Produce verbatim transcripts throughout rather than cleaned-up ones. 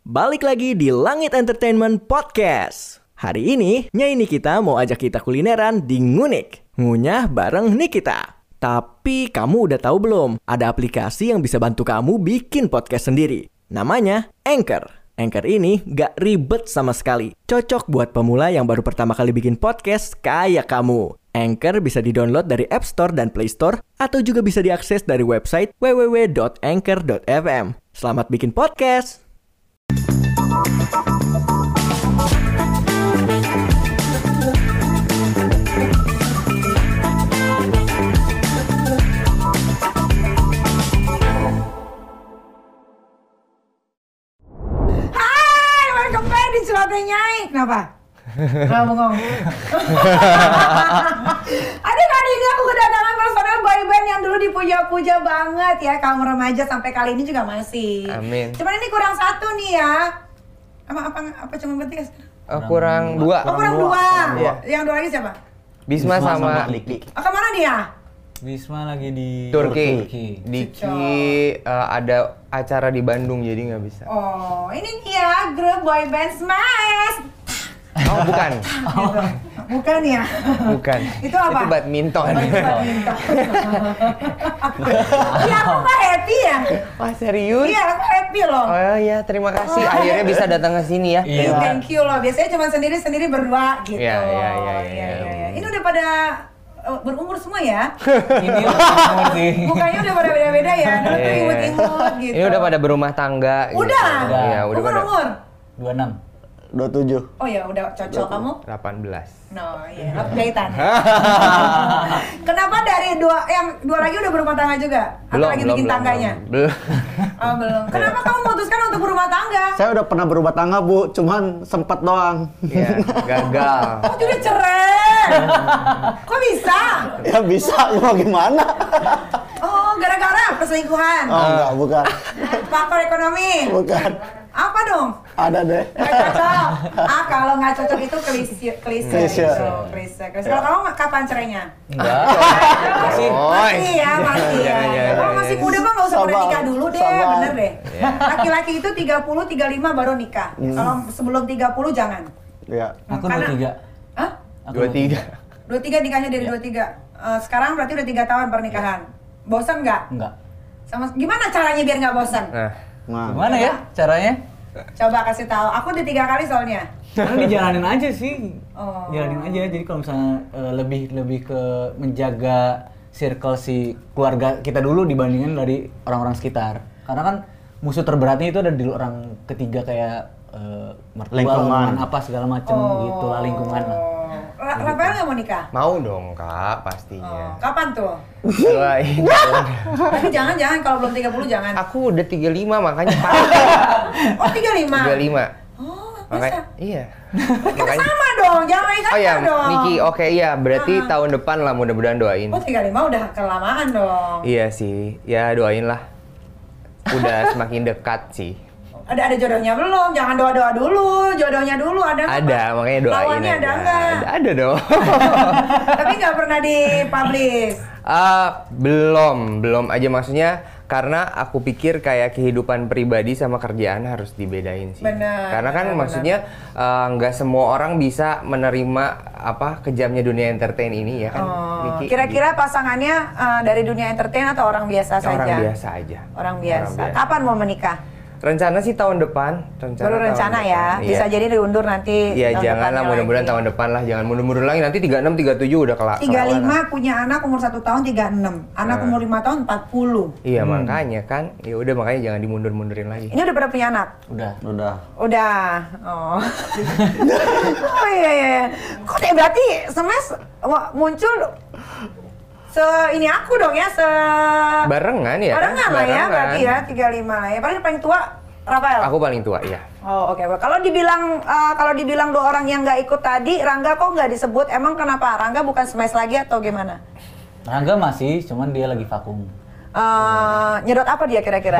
Balik lagi di Langit Entertainment Podcast. Hari ini, Nyai Nikita mau ajak kita kulineran di Ngunik. Ngunyah bareng Nikita. Tapi kamu udah tahu belum? Ada aplikasi yang bisa bantu kamu bikin podcast sendiri. Namanya Anchor. Anchor ini gak ribet sama sekali. Cocok buat pemula yang baru pertama kali bikin podcast kayak kamu. Anchor bisa di-download dari App Store dan Play Store atau juga bisa diakses dari website w w w dot anchor dot f m. Selamat bikin podcast! Hai, welcome back di Celoteh Nyai. Kenapa? Nggak bengong. Adik, kali ini aku kedatangan personel boyband yang dulu dipuja-puja banget ya. Kaum remaja sampai kali ini juga masih. Amin. Cuman ini kurang satu nih ya. Apa apa apa cuma bertiga? Oh, kurang dua. Oh, kurang dua. Iya. Yang dua lagi siapa? Bisma, Bisma sama, sama Diki. Oh, kemana dia? Bisma lagi di Turki. Turki. Diki uh, ada acara di Bandung jadi nggak bisa. Oh, ini dia grup boyband Smash. Oh, bukan. Gitu. Bukan ya? Bukan. Itu apa? Itu badminton. Oh, itu badminton. Ya, aku nggak happy ya? Wah, serius? Iya, aku happy loh. Oh ya, terima kasih. Akhirnya bisa datang ke sini ya. Iya. Thank you loh. Biasanya cuma sendiri-sendiri berdua gitu. Iya, iya, iya, iya. iya. Ini udah pada uh, berumur semua ya? Ini umur sih. Mukanya udah pada beda-beda ya. Dulu tuh Iya, iya. imut-imut gitu. Ini udah pada berumah tangga. Udah? Gitu. Iya, udah pada. Umur-umur? dua puluh enam. dua puluh tujuh. Oh ya, udah cocok kamu? delapan belas. No, iya, update-an. Kenapa dari dua, yang dua lagi udah berumah tangga juga? Atau Belum, lagi belum, bikin belum, tangganya? Belum. Oh, belum. Kenapa kamu memutuskan untuk berumah tangga? Saya udah pernah berumah tangga, Bu, cuman sempat doang. Iya, gagal. Oh, jadi cerai? Kok bisa? Ya bisa, cuma gimana? Oh, gara-gara perselingkuhan? Oh, enggak, bukan. Faktor ekonomi? Bukan. Apa dong? Ada deh. Nggak cocok. Ah, kalau nggak cocok itu klise, klise. Klise. gitu. Klise, klise. Kalau kamu kapan cerainya? Enggak. Masih, masih ya, masih ya. Iya, iya, Kalau iya, masih iya. muda mah nggak usah pada Sabar, nikah dulu deh, sabar. bener deh. Laki-laki itu tiga puluh, tiga puluh lima baru nikah. Kalau sebelum tiga puluh jangan. Ya. Aku Karena- dua puluh tiga. Hah? Aku Dua tiga. dua puluh tiga nikahnya dari dua puluh tiga. Eh, sekarang berarti udah tiga tahun pernikahan. Bosan nggak? Enggak. Sama gimana caranya biar nggak bosan? Nah, Nah. Gimana ya caranya? Coba kasih tahu. Aku udah tiga kali soalnya. Karena dijalanin aja sih. Oh. Jalanin aja. Jadi kalau misalnya eh, lebih lebih ke menjaga circle si keluarga kita dulu dibandingin dari orang-orang sekitar. Karena kan musuh terberatnya itu ada di orang ketiga kayak eh, mertua, Lingkungan. lingkungan apa segala macem gitu lah, lingkungan lah. Ra- Rafael nggak mau nikah? mau dong, Kak, Oh, pastinya. kapan tuh? Doain. Tapi jangan-jangan kalau belum tiga puluh jangan. Aku udah tiga puluh lima makanya Pak. Oh, tiga puluh lima? tiga puluh lima. Oh, Makanya, masa? iya. Kan sama dong, jangan main Oh ya, dong. Niki, oke iya, berarti Ah. tahun depan lah mudah-mudahan doain. Oh, tiga puluh lima udah kelamaan dong. Iya sih, ya doain lah. Udah semakin dekat sih. Ada ada jodohnya belum? Jangan doa-doa dulu, jodohnya dulu ada nggak, Ada, Pak? makanya doain Lawannya aja. ada nggak? Ada, ada dong. Tapi nggak pernah dipublish. Ah, belum, belum aja maksudnya karena aku pikir kayak kehidupan pribadi sama kerjaan harus dibedain sih. Benar, Karena kan benar, maksudnya eh, nggak semua orang bisa menerima apa kejamnya dunia entertain ini ya kan. Oh, Niki? kira-kira pasangannya eh, dari dunia entertain atau orang biasa saja? Orang biasa aja. Orang biasa. Kapan mau menikah? Rencana sih tahun depan. Rencana Baru tahun rencana depan. ya. Iya. Bisa jadi diundur nanti. Iya, tahun jangan lah depannya mudah-mudahan lagi. tahun depan lah. Jangan mundur-mundur lagi nanti tiga puluh enam, tiga puluh tujuh udah kelak. tiga puluh lima punya anak umur satu tahun tiga puluh enam. Anak Nah. umur lima tahun empat puluh. Iya, makanya kan. Ya udah makanya jangan dimundur-mundurin lagi. Ini udah pada punya anak? Udah. Udah. Udah. Oh. Oh iya iya. iya. Kok deh berarti Smash wah, muncul se ini aku dong ya, se Barengan ya kan? barengan lah ya Barengan. berarti ya tiga puluh lima lah ya. Paling paling tua Rafael. Aku paling tua, iya. Oh oke. Kalau dibilang eh, kalau dibilang dua orang yang nggak ikut tadi, Rangga kok nggak disebut? Emang kenapa? Rangga bukan Smash lagi atau gimana? Rangga masih, cuman dia lagi vakum. Uh, nyedot apa dia kira-kira?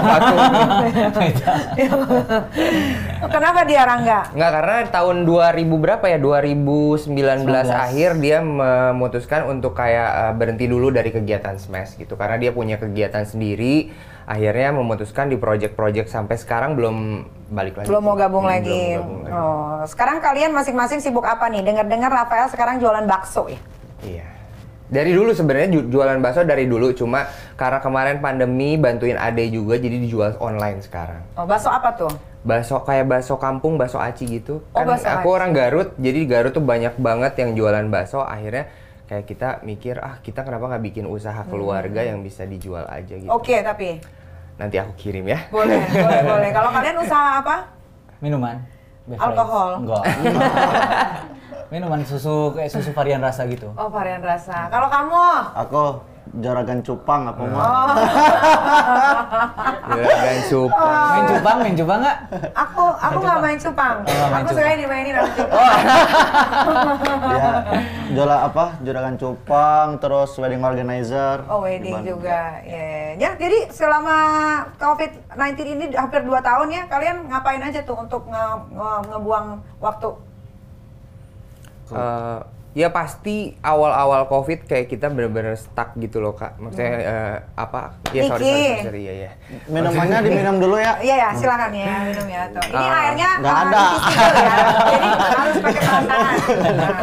Kenapa dia Rangga? Nggak, karena tahun dua ribu berapa ya, dua ribu sembilan belas akhir dia memutuskan untuk kayak uh, berhenti dulu dari kegiatan Smash gitu. Karena dia punya kegiatan sendiri, akhirnya memutuskan di project-project sampai sekarang belum balik lagi. Belum mau gabung hmm, lagi. Belum gabung lagi. Oh, sekarang kalian masing-masing sibuk apa nih? Dengar-dengar Rafael sekarang jualan bakso ya? Iya. Dari dulu sebenarnya ju- jualan bakso dari dulu, cuma karena kemarin pandemi bantuin ade juga jadi dijual online sekarang. Oh, bakso apa tuh? Bakso kayak bakso kampung, bakso aci gitu. Oh, Kan bakso aku aci. orang Garut, jadi Garut tuh banyak banget yang jualan bakso. Akhirnya kayak kita mikir, ah kita kenapa nggak bikin usaha keluarga Hmm. yang bisa dijual aja gitu. Oke, tapi Nanti aku kirim ya. boleh, boleh, boleh. Kalau kalian usaha apa? Minuman. Beverage. Alkohol. Enggak. Minuman susu kayak susu varian rasa gitu. Oh, varian rasa. Kalau kamu? Aku juragan cupang apa mah? Oh, Juragan Supang. Main cupang, main cupang nggak? aku aku nggak main cupang. Oh, main Aku cupang. suka dimainin sama cupang. Ya, jualan apa? Juragan cupang, terus wedding organizer. Oh, wedding Di Bandung. juga. Ya, ya, jadi selama covid sembilan belas ini hampir dua tahun ya, kalian ngapain aja tuh untuk nge- nge- ngebuang waktu? Eh, ya pasti awal-awal COVID kayak kita bener-bener stuck gitu loh kak. Maksudnya eh, apa? Ya sorry, Niki. sorry, sorry, iya ya. Minumannya diminum dulu ya. Iya ya, silakan ya minum ya. Tuh. Ini Ah, airnya nggak uh, ada. tipis gitu ya. Jadi harus pakai perasaan. Nah.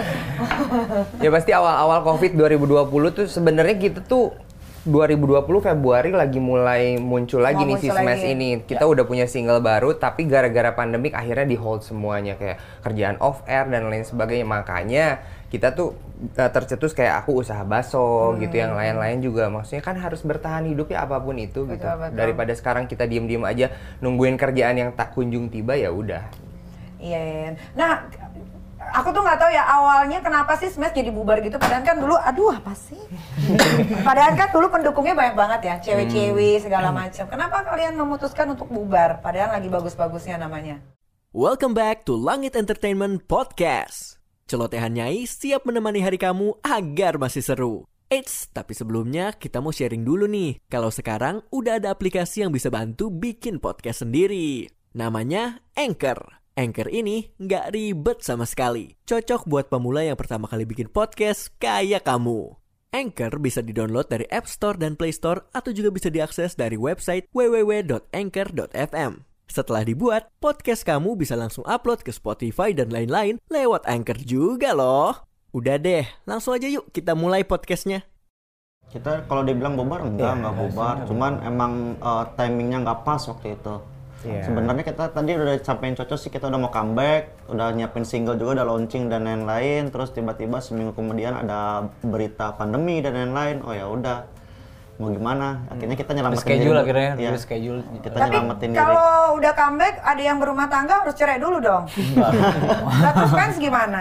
Ya pasti awal-awal COVID dua ribu dua puluh tuh sebenarnya kita tuh dua ribu dua puluh Februari lagi mulai muncul lagi Mau nih si muncul Smash lagi. ini. Kita udah punya single baru tapi gara-gara pandemik akhirnya di hold semuanya kayak kerjaan off air dan lain sebagainya. Makanya kita tuh uh, tercetus kayak aku usaha bakso gitu, yang lain-lain juga. Maksudnya kan harus bertahan hidup ya apapun itu gitu. Betul, betul. Daripada sekarang kita diem-diem aja nungguin kerjaan yang tak kunjung tiba, ya udah. Iya. Nah, aku tuh nggak tahu ya awalnya kenapa sih Smash jadi bubar gitu. Padahal kan dulu, aduh apa sih? Padahal kan dulu pendukungnya banyak banget ya, cewek-cewek segala macam. Kenapa kalian memutuskan untuk bubar? Padahal lagi bagus-bagusnya namanya. Welcome back to Langit Entertainment Podcast. Celotehan Nyai siap menemani hari kamu agar masih seru. Eits, tapi sebelumnya kita mau sharing dulu nih. Kalau sekarang udah ada aplikasi yang bisa bantu bikin podcast sendiri. Namanya Anchor. Anchor ini nggak ribet sama sekali. Cocok buat pemula yang pertama kali bikin podcast kayak kamu. Anchor bisa di-download dari App Store dan Play Store atau juga bisa diakses dari website w w w dot anchor dot f m. Setelah dibuat, podcast kamu bisa langsung upload ke Spotify dan lain-lain lewat Anchor juga loh. Udah deh, langsung aja yuk kita mulai podcastnya. Kita kalau dibilang bubar enggak, Iya, enggak bubar. Cuman emang uh, timingnya nggak pas waktu itu. Iya. Sebenarnya kita tadi udah sampein cocok sih, kita udah mau comeback, udah nyiapin single juga, udah launching dan lain-lain. Terus tiba-tiba seminggu kemudian ada berita pandemi dan lain-lain. Oh ya udah, mau gimana? Akhirnya kita nyelamatin Schedule diri. akhirnya, Iya. udah schedule. Kita Tapi nyelamatin diri. kalau udah comeback, ada yang berumah tangga harus cerai dulu dong. Nah, terus fans gimana?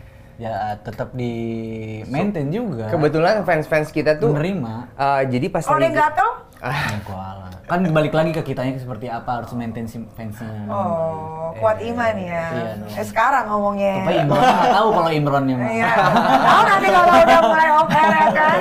Ya tetap di maintain juga. Kebetulan fans-fans kita tuh Menerima. eh, jadi pas Kalau ada yang lagi- gatel? Ya, kuala. Kan balik lagi ke kitanya seperti apa, harus maintain si fansnya. Oh, kuat iman ya. Iya dong. Eh, sekarang ngomongnya. Tapi Imron nggak tahu kalau Imron yang Iya. Tahu nanti kalau udah mulai off air ya kan.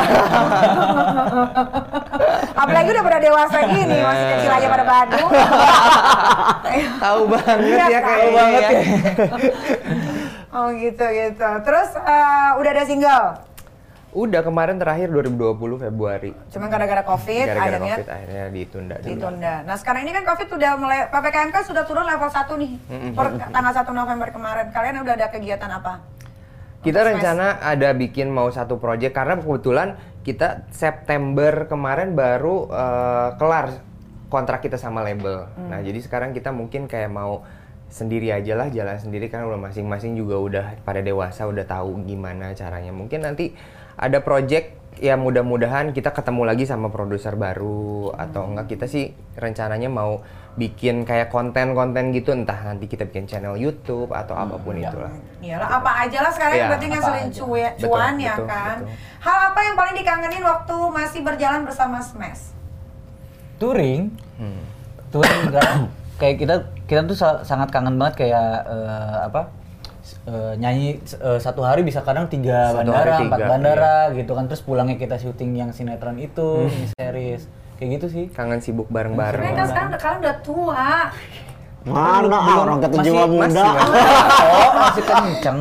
Apalagi udah pada dewasa gini, masih kecil aja pada Bandung. tahu banget Iya, ya tahu kayaknya banget ya. Oh gitu gitu. Terus eh, udah ada single. Udah kemarin terakhir dua ribu dua puluh Februari. Cuman gara-gara Covid Gara-gara akhirnya Covid akhirnya ditunda dulu. ditunda. Nah sekarang ini kan Covid udah mulai, P P K M kan sudah turun level satu nih. Per tanggal satu November kemarin. Kalian udah ada kegiatan apa? Kita Untuk rencana ada bikin mau satu project karena kebetulan kita September kemarin baru eh, kelar kontrak kita sama label. Nah jadi sekarang kita mungkin kayak mau sendiri aja lah, jalan sendiri karena udah masing-masing juga udah pada dewasa, udah tahu gimana caranya. Mungkin nanti ada project ya mudah-mudahan kita ketemu lagi sama produser baru atau enggak, kita sih rencananya mau bikin kayak konten-konten gitu, entah nanti kita bikin channel YouTube atau apapun itulah. Iyalah apa aja lah sekarang Iya, yang penting yang apa sering aja. cuan, Betul, cuan ya betul, kan. betul. Hal apa yang paling dikangenin waktu masih berjalan bersama Smash? touring. Hmm. Touring enggak kayak kita kita tuh sa- sangat kangen banget kayak eh, apa? eh, nyanyi eh, satu hari bisa kadang tiga Satu bandara, hari empat tiga, bandara gitu kan, terus pulangnya kita syuting yang sinetron itu, mini series, kayak gitu sih. Kangen sibuk bareng-bareng. Sebenarnya kan sekarang kalian udah tua. Mana ah, orang kata jiwa muda. masih. Oh, masih kenceng.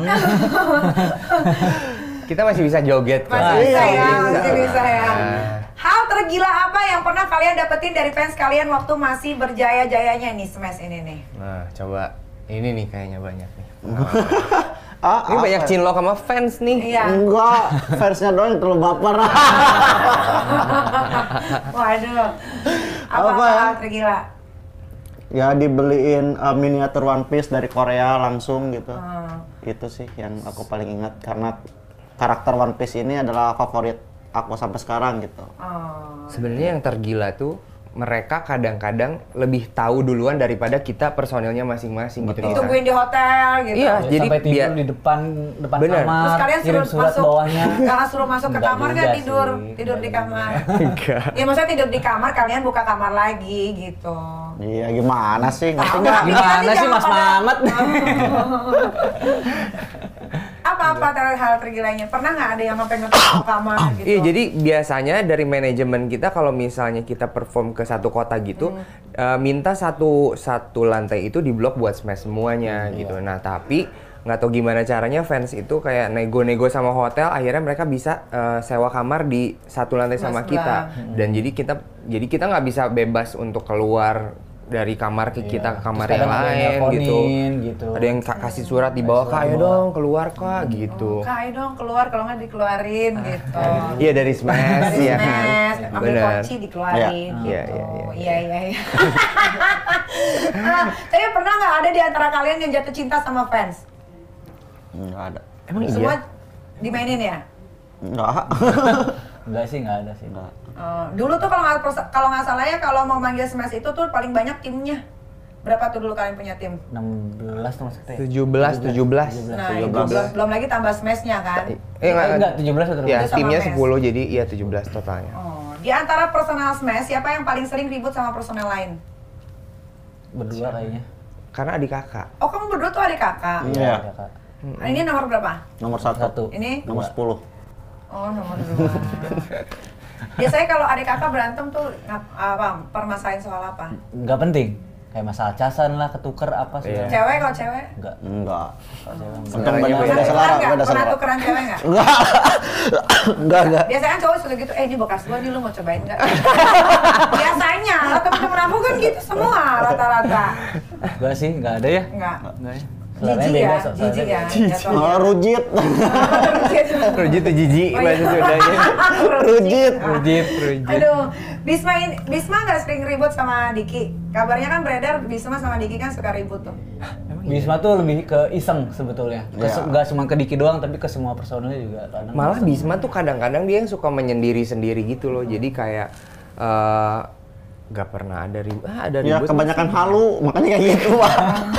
Kita masih bisa joget kok. Masih bisa ya, Iya, masih bisa ya. Ah. Hal tergila apa yang pernah kalian dapetin dari fans kalian waktu masih berjaya-jayanya nih Smash ini nih? Nah, coba ini nih kayaknya banyak nih. Ah, Ini apa banyak ya? cinlok sama fans nih. Iya. Enggak, fansnya doang yang terlalu baper. Waduh. Apa, Apa ya? hal tergila? Ya dibeliin uh, miniatur One Piece dari Korea langsung gitu. Hmm. Itu sih yang aku paling ingat karena karakter One Piece ini adalah favorit aku sampai sekarang gitu. Oh. Sebenarnya yang tergila tuh mereka kadang-kadang lebih tahu duluan daripada kita personilnya masing-masing gitu. misalnya. Ditungguin di hotel gitu. Iya. Ya, Jadi sampai tidur biar- di depan depan Bener. kamar, Terus kalian kirim suruh surat masuk, bawahnya. Kakak suruh masuk ke Enggak kamar juga nggak sih, tidur, tidur enggak di juga. kamar. Enggak. Ya maksudnya tidur di kamar, kalian buka kamar lagi gitu. Iya gimana sih? Ngerti Tahu nggak? nggak? Gimana Nanti sih jangan Mas pada- Mamat? Apa-apa ter- hal tergilanya? Pernah nggak ada yang sampai ngetok kamar gitu? Iya, jadi biasanya dari manajemen kita kalau misalnya kita perform ke satu kota gitu, eh, minta satu satu lantai itu diblok buat smash semuanya gitu. Nah, tapi nggak tahu gimana caranya fans itu kayak nego-nego sama hotel, akhirnya mereka bisa eh, sewa kamar di satu lantai sama Sebelah. kita. Dan jadi kita jadi kita nggak bisa bebas untuk keluar dari kamar ke kita ke kamar Terus yang kadang ada yang lain gitu. nelponin, gitu. Ada yang ka- kasih surat di bawah, "Kak, ayo dong keluar Kak," gitu. Kak, ayo dong keluar, kalau nggak dikeluarin gitu. Iya dari smash Dari ya kan. smash, ambil Benar. kunci dikeluarin gitu. Iya, iya, iya. Iya, iya, iya. Ah, tapi pernah nggak ada di antara kalian yang jatuh cinta sama fans? Enggak ada. Emang Semua iya? dimainin ya? Enggak. Enggak sih, enggak ada sih. Enggak. Oh, dulu tuh kalau nggak persa- kalau nggak salah ya kalau mau manggil Smash itu tuh paling banyak timnya. Berapa tuh dulu kalian punya tim? enam belas tuh maksudnya. tujuh belas, tujuh belas. Nah, tujuh itu belas. belum, belum lagi tambah Smash-nya kan? Eh, Eh, enggak, enggak, tujuh belas atau Ya, Itu sama timnya Mes. sepuluh jadi iya tujuh belas totalnya. Oh, di antara personal Smash siapa yang paling sering ribut sama personel lain? Berdua kayaknya. Karena adik kakak. Oh, kamu berdua tuh adik kakak. Iya. ada, Kak. Nah, ini nomor berapa? Nomor satu. Satu. Ini? Nomor sepuluh. Oh, nomor dua. Biasanya kalau adik kakak berantem tuh ngap- apa? Permasalahan soal apa? Enggak penting. Kayak masalah casan lah, ketuker apa sih. Iya. Cewek kalau cewek? Enggak. Enggak. Saudaranya Untung beda. beda Pernah selera, nggak? beda Pernah selera. tukeran cewek nggak? Enggak. Enggak, enggak. Biasanya kan cowok suka gitu, eh ini bekas gua nih lu mau cobain nggak? Biasanya, temen-temen aku kan gitu semua rata-rata. Enggak sih, enggak ada ya. Enggak. Enggak ya. Jijik ya, so- jijik ya. soalnya Oh, rujit. Rujit. Rujit tuh jijik Oh, iya. bahasa Sundanya. Rujit. Rujit, rujit. Aduh, Bisma ini, Bisma nggak sering ribut sama Diki. Kabarnya kan beredar Bisma sama Diki kan suka ribut tuh. Bisma tuh lebih ke iseng sebetulnya. Ke, Iya. Enggak cuma ke Diki doang, tapi ke semua personilnya juga kadang. Malah Bisma tuh kadang-kadang dia yang suka menyendiri sendiri gitu loh. Jadi kayak eh nggak pernah ada ribut. Ah, ada Ya ribut. kebanyakan halu, makanya kayak gitu, Pak.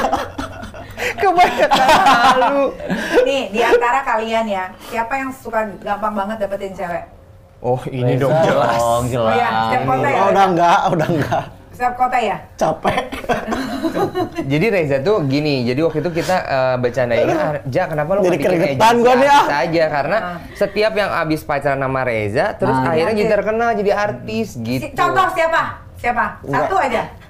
Kebanyakan halu. Nih, di antara kalian ya, siapa yang suka gampang banget dapetin cewek? Oh, ini Reza dong jelas. dong, jelas. Oh iya, setiap kota ya? Oh, udah enggak, udah enggak. Setiap kota ya? Capek. Jadi Reza tuh gini, jadi waktu itu kita uh, bercandain, ah, Ja kenapa lu Jadi nggak bikin keringetan agensi gua nih, ah." artis aja karena Ah. setiap yang abis pacaran sama Reza, terus Nah, akhirnya iya. jadi terkenal jadi artis Si- gitu. contoh siapa? Siapa? Satu aja.